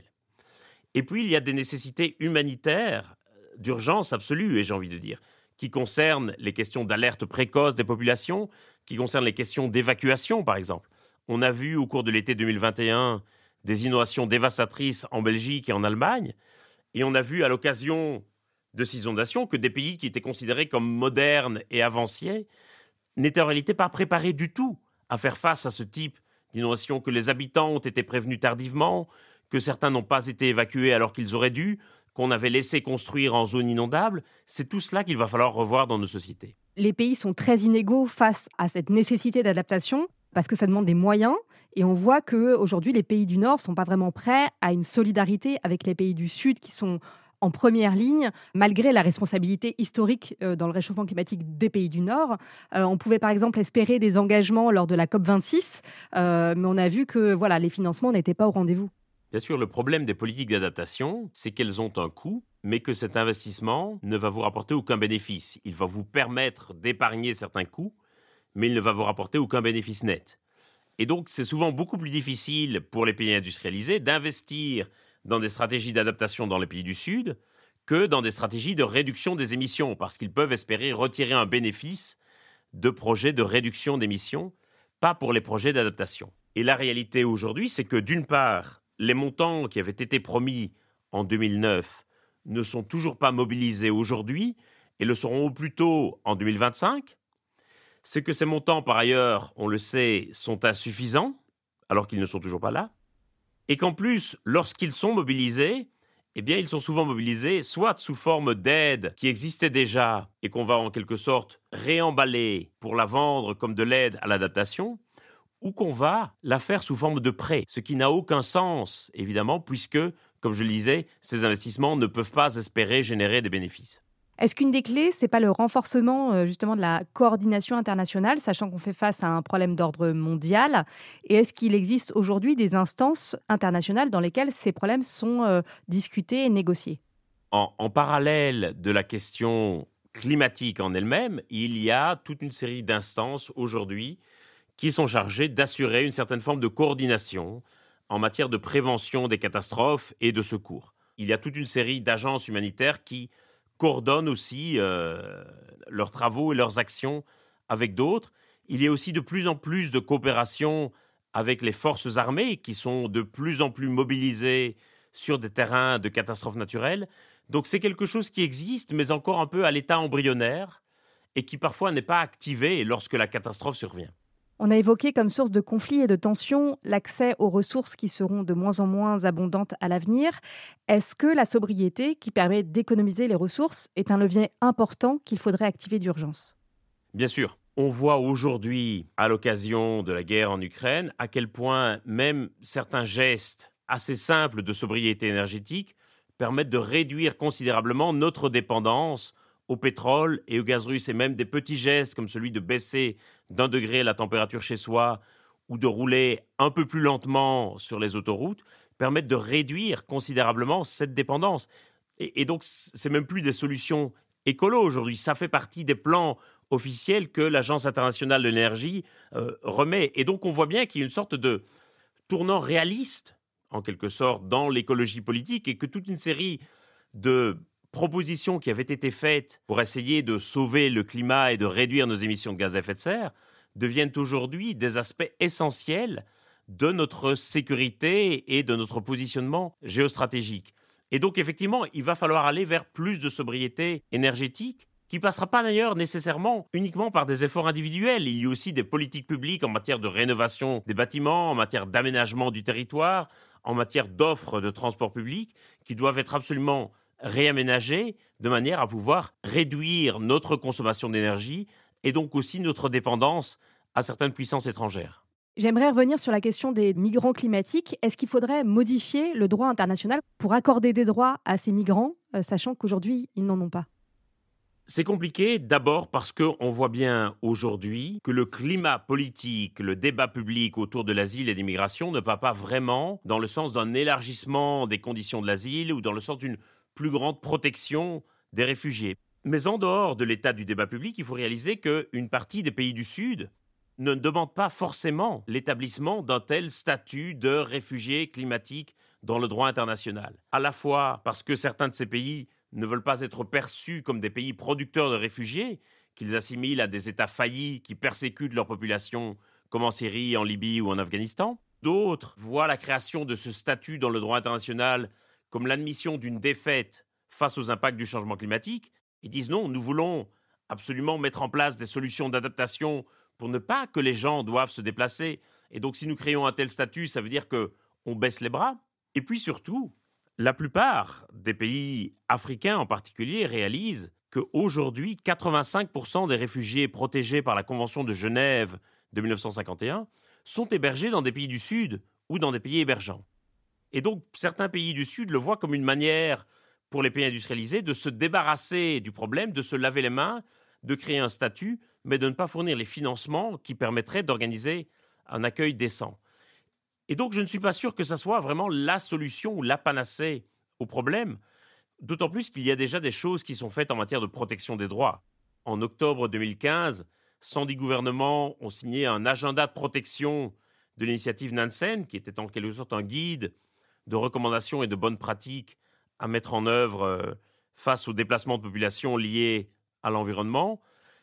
Et puis, il y a des nécessités humanitaires d'urgence absolue, et j'ai envie de dire, qui concernent les questions d'alerte précoce des populations, qui concernent les questions d'évacuation, par exemple. On a vu au cours de l'été deux mille vingt et un des inondations dévastatrices en Belgique et en Allemagne, et on a vu à l'occasion de ces inondations que des pays qui étaient considérés comme modernes et avanciés n'étaient en réalité pas préparés du tout à faire face à ce type d'inondation, que les habitants ont été prévenus tardivement, que certains n'ont pas été évacués alors qu'ils auraient dû, qu'on avait laissé construire en zone inondable. C'est tout cela qu'il va falloir revoir dans nos sociétés. Les pays sont très inégaux face à cette nécessité d'adaptation parce que ça demande des moyens et on voit qu'aujourd'hui, les pays du Nord ne sont pas vraiment prêts à une solidarité avec les pays du Sud qui sont en première ligne, malgré la responsabilité historique dans le réchauffement climatique des pays du Nord. Euh, on pouvait par exemple espérer des engagements lors de la COP vingt-six, euh, mais on a vu que voilà, les financements n'étaient pas au rendez-vous. Bien sûr, le problème des politiques d'adaptation, c'est qu'elles ont un coût, mais que cet investissement ne va vous rapporter aucun bénéfice. Il va vous permettre d'épargner certains coûts, mais il ne va vous rapporter aucun bénéfice net. Et donc, c'est souvent beaucoup plus difficile pour les pays industrialisés d'investir dans des stratégies d'adaptation dans les pays du Sud que dans des stratégies de réduction des émissions, parce qu'ils peuvent espérer retirer un bénéfice de projets de réduction d'émissions, pas pour les projets d'adaptation. Et la réalité aujourd'hui, c'est que d'une part, les montants qui avaient été promis en deux mille neuf ne sont toujours pas mobilisés aujourd'hui et le seront au plus tôt en deux mille vingt-cinq. C'est que ces montants, par ailleurs, on le sait, sont insuffisants, alors qu'ils ne sont toujours pas là. Et qu'en plus, lorsqu'ils sont mobilisés, eh bien, ils sont souvent mobilisés soit sous forme d'aide qui existait déjà et qu'on va en quelque sorte réemballer pour la vendre comme de l'aide à l'adaptation, ou qu'on va la faire sous forme de prêt, ce qui n'a aucun sens, évidemment, puisque, comme je le disais, ces investissements ne peuvent pas espérer générer des bénéfices. Est-ce qu'une des clés, ce n'est pas le renforcement justement de la coordination internationale, sachant qu'on fait face à un problème d'ordre mondial? Et est-ce qu'il existe aujourd'hui des instances internationales dans lesquelles ces problèmes sont euh, discutés et négociés? En, en parallèle de la question climatique en elle-même, il y a toute une série d'instances aujourd'hui qui sont chargés d'assurer une certaine forme de coordination en matière de prévention des catastrophes et de secours. Il y a toute une série d'agences humanitaires qui coordonnent aussi euh, leurs travaux et leurs actions avec d'autres. Il y a aussi de plus en plus de coopération avec les forces armées qui sont de plus en plus mobilisées sur des terrains de catastrophes naturelles. Donc c'est quelque chose qui existe, mais encore un peu à l'état embryonnaire et qui parfois n'est pas activé lorsque la catastrophe survient. On a évoqué comme source de conflits et de tensions l'accès aux ressources qui seront de moins en moins abondantes à l'avenir. Est-ce que la sobriété, qui permet d'économiser les ressources, est un levier important qu'il faudrait activer d'urgence ? Bien sûr. On voit aujourd'hui, à l'occasion de la guerre en Ukraine, à quel point même certains gestes assez simples de sobriété énergétique permettent de réduire considérablement notre dépendance au pétrole et au gaz russe. Et même des petits gestes comme celui de baisser d'un degré la température chez soi ou de rouler un peu plus lentement sur les autoroutes permettent de réduire considérablement cette dépendance. Et, et donc, c'est même plus des solutions écolo aujourd'hui. Ça fait partie des plans officiels que l'Agence internationale de l'énergie euh, remet. Et donc, on voit bien qu'il y a une sorte de tournant réaliste, en quelque sorte, dans l'écologie politique et que toute une série de propositions qui avaient été faites pour essayer de sauver le climat et de réduire nos émissions de gaz à effet de serre deviennent aujourd'hui des aspects essentiels de notre sécurité et de notre positionnement géostratégique. Et donc, effectivement, il va falloir aller vers plus de sobriété énergétique, qui ne passera pas d'ailleurs nécessairement uniquement par des efforts individuels. Il y a aussi des politiques publiques en matière de rénovation des bâtiments, en matière d'aménagement du territoire, en matière d'offres de transport public, qui doivent être absolument réaménagées de manière à pouvoir réduire notre consommation d'énergie et donc aussi notre dépendance à certaines puissances étrangères. J'aimerais revenir sur la question des migrants climatiques. Est-ce qu'il faudrait modifier le droit international pour accorder des droits à ces migrants, euh, sachant qu'aujourd'hui, ils n'en ont pas ? C'est compliqué, d'abord parce qu'on voit bien aujourd'hui que le climat politique, le débat public autour de l'asile et des migrations ne va pas vraiment dans le sens d'un élargissement des conditions de l'asile ou dans le sens d'une plus grande protection des réfugiés. Mais en dehors de l'état du débat public, il faut réaliser qu'une partie des pays du Sud ne demande pas forcément l'établissement d'un tel statut de réfugié climatique dans le droit international. À la fois parce que certains de ces pays ne veulent pas être perçus comme des pays producteurs de réfugiés, qu'ils assimilent à des États faillis qui persécutent leur population, comme en Syrie, en Libye ou en Afghanistan. D'autres voient la création de ce statut dans le droit international comme l'admission d'une défaite face aux impacts du changement climatique et disent non, nous voulons absolument mettre en place des solutions d'adaptation pour ne pas que les gens doivent se déplacer. Et donc, si nous créons un tel statut, ça veut dire qu'on baisse les bras. Et puis surtout, la plupart des pays africains en particulier réalisent qu'aujourd'hui, quatre-vingt-cinq pour cent des réfugiés protégés par la Convention de Genève de mille neuf cent cinquante et un sont hébergés dans des pays du Sud ou dans des pays émergents. Et donc, certains pays du Sud le voient comme une manière pour les pays industrialisés de se débarrasser du problème, de se laver les mains, de créer un statut, mais de ne pas fournir les financements qui permettraient d'organiser un accueil décent. Et donc, je ne suis pas sûr que ça soit vraiment la solution ou la panacée au problème, d'autant plus qu'il y a déjà des choses qui sont faites en matière de protection des droits. En octobre deux mille quinze, cent dix gouvernements ont signé un agenda de protection de l'initiative Nansen, qui était en quelque sorte un guide de recommandations et de bonnes pratiques à mettre en œuvre face aux déplacements de population liés à l'environnement.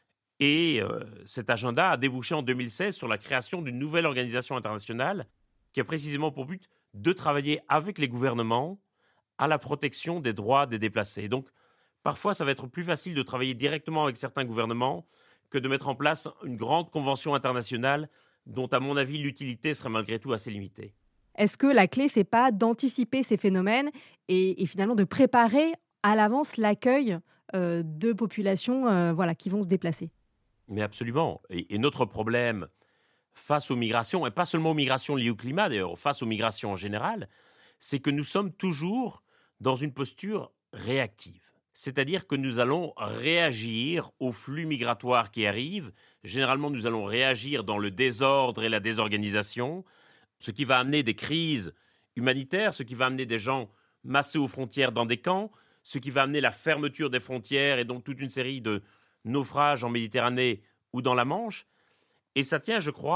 Et euh, cet agenda a débouché en deux mille seize sur la création d'une nouvelle organisation internationale qui a précisément pour but de travailler avec les gouvernements à la protection des droits des déplacés. Donc, parfois, ça va être plus facile de travailler directement avec certains gouvernements que de mettre en place une grande convention internationale dont, à mon avis, l'utilité serait malgré tout assez limitée. Est-ce que la clé, c'est pas d'anticiper ces phénomènes et, et finalement de préparer à l'avance l'accueil euh, de populations euh, voilà, qui vont se déplacer ? Mais absolument. Et, et notre problème face aux migrations, et pas seulement aux migrations liées au climat d'ailleurs, face aux migrations en général, c'est que nous sommes toujours dans une posture réactive. C'est-à-dire que nous allons réagir aux flux migratoires qui arrivent. Généralement, nous allons réagir dans le désordre et la désorganisation, ce qui va amener des crises humanitaires, ce qui va amener des gens massés aux frontières dans des camps, ce qui va amener la fermeture des frontières et donc toute une série de naufrages en Méditerranée ou dans la Manche. Et ça tient, je crois,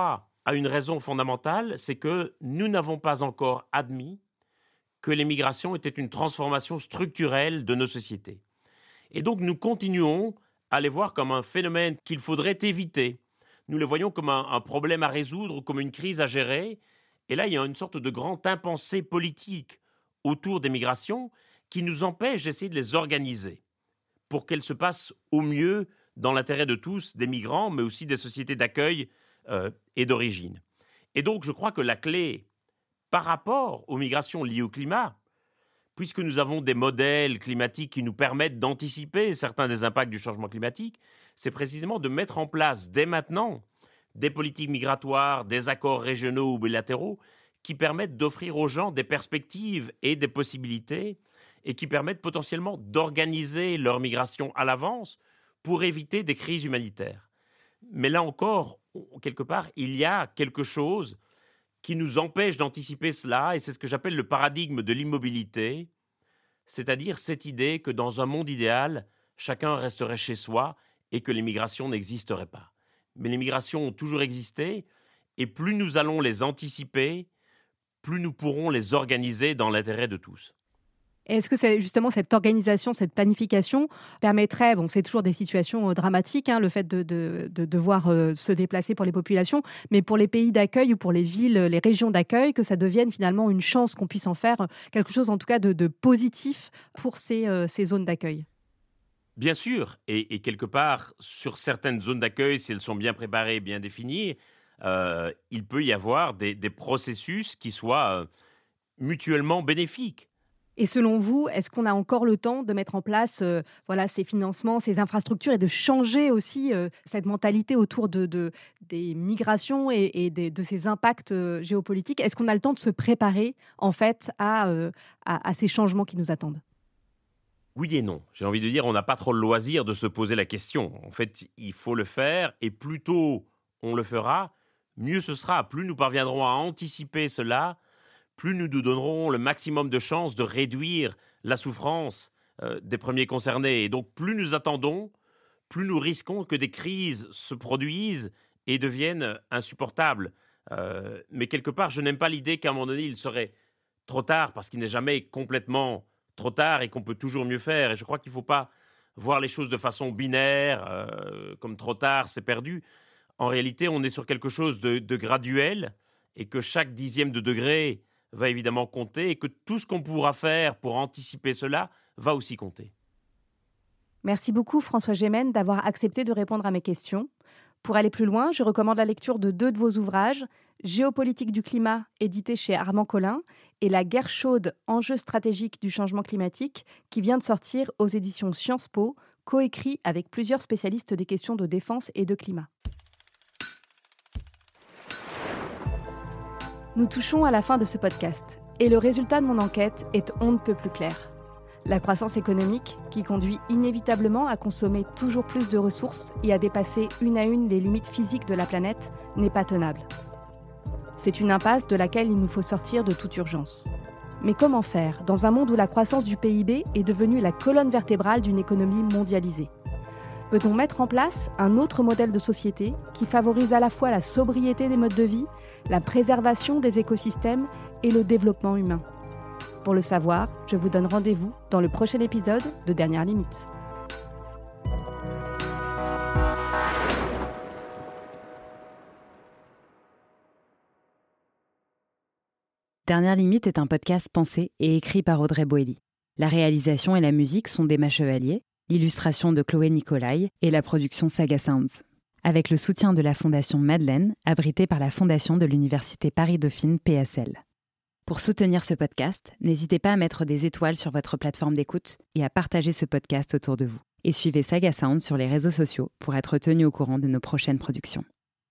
a une raison fondamentale, c'est que nous n'avons pas encore admis que l'immigration était une transformation structurelle de nos sociétés. Et donc nous continuons à les voir comme un phénomène qu'il faudrait éviter. Nous les voyons comme un, un problème à résoudre, comme une crise à gérer. Et là, il y a une sorte de grand impensé politique autour des migrations qui nous empêche d'essayer de les organiser pour qu'elles se passent au mieux dans l'intérêt de tous, des migrants, mais aussi des sociétés d'accueil euh, et d'origine. Et donc, je crois que la clé par rapport aux migrations liées au climat, puisque nous avons des modèles climatiques qui nous permettent d'anticiper certains des impacts du changement climatique, c'est précisément de mettre en place dès maintenant des politiques migratoires, des accords régionaux ou bilatéraux qui permettent d'offrir aux gens des perspectives et des possibilités et qui permettent potentiellement d'organiser leur migration à l'avance pour éviter des crises humanitaires. Mais là encore, quelque part, il y a quelque chose qui nous empêche d'anticiper cela, et c'est ce que j'appelle le paradigme de l'immobilité, c'est-à-dire cette idée que dans un monde idéal, chacun resterait chez soi et que les migrations n'existeraient pas. Mais les migrations ont toujours existé, et plus nous allons les anticiper, plus nous pourrons les organiser dans l'intérêt de tous. Est-ce que c'est justement cette organisation, cette planification permettrait, bon, c'est toujours des situations euh, dramatiques, hein, le fait de, de, de devoir euh, se déplacer pour les populations, mais pour les pays d'accueil ou pour les villes, les régions d'accueil, que ça devienne finalement une chance, qu'on puisse en faire quelque chose en tout cas de, de positif pour ces, euh, ces zones d'accueil? Bien sûr, et, et quelque part, sur certaines zones d'accueil, si elles sont bien préparées et bien définies, euh, il peut y avoir des, des processus qui soient euh, mutuellement bénéfiques. Et selon vous, est-ce qu'on a encore le temps de mettre en place euh, voilà, ces financements, ces infrastructures et de changer aussi euh, cette mentalité autour de, de, des migrations et, et des, de ces impacts euh, géopolitiques? Est-ce qu'on a le temps de se préparer en fait à, euh, à, à ces changements qui nous attendent? Oui et non. J'ai envie de dire, on n'a pas trop le loisir de se poser la question. En fait, il faut le faire et plus tôt on le fera, mieux ce sera. Plus nous parviendrons à anticiper cela, plus nous nous donnerons le maximum de chances de réduire la souffrance euh, des premiers concernés. Et donc, plus nous attendons, plus nous risquons que des crises se produisent et deviennent insupportables. Euh, mais quelque part, je n'aime pas l'idée qu'à un moment donné, il serait trop tard, parce qu'il n'est jamais complètement trop tard et qu'on peut toujours mieux faire. Et je crois qu'il ne faut pas voir les choses de façon binaire, euh, comme trop tard, c'est perdu. En réalité, on est sur quelque chose de, de graduel et que chaque dixième de degré va évidemment compter et que tout ce qu'on pourra faire pour anticiper cela va aussi compter. Merci beaucoup François Gémen d'avoir accepté de répondre à mes questions. Pour aller plus loin, je recommande la lecture de deux de vos ouvrages, Géopolitique du climat, édité chez Armand Collin, et La guerre chaude, enjeux stratégiques du changement climatique, qui vient de sortir aux éditions Sciences Po, coécrit avec plusieurs spécialistes des questions de défense et de climat. Nous touchons à la fin de ce podcast, et le résultat de mon enquête est on ne peut plus clair. La croissance économique, qui conduit inévitablement à consommer toujours plus de ressources et à dépasser une à une les limites physiques de la planète, n'est pas tenable. C'est une impasse de laquelle il nous faut sortir de toute urgence. Mais comment faire dans un monde où la croissance du P I B est devenue la colonne vertébrale d'une économie mondialisée ? Peut-on mettre en place un autre modèle de société qui favorise à la fois la sobriété des modes de vie, la préservation des écosystèmes et le développement humain ? Pour le savoir, je vous donne rendez-vous dans le prochain épisode de Dernière Limite. Dernière Limite est un podcast pensé et écrit par Audrey Boelly. La réalisation et la musique sont d'Emma Chevalier, l'illustration de Chloé Nicolai et la production Saga Sounds. Avec le soutien de la Fondation Madeleine, abritée par la Fondation de l'Université Paris-Dauphine P S L. Pour soutenir ce podcast, n'hésitez pas à mettre des étoiles sur votre plateforme d'écoute et à partager ce podcast autour de vous. Et suivez Saga Sounds sur les réseaux sociaux pour être tenu au courant de nos prochaines productions.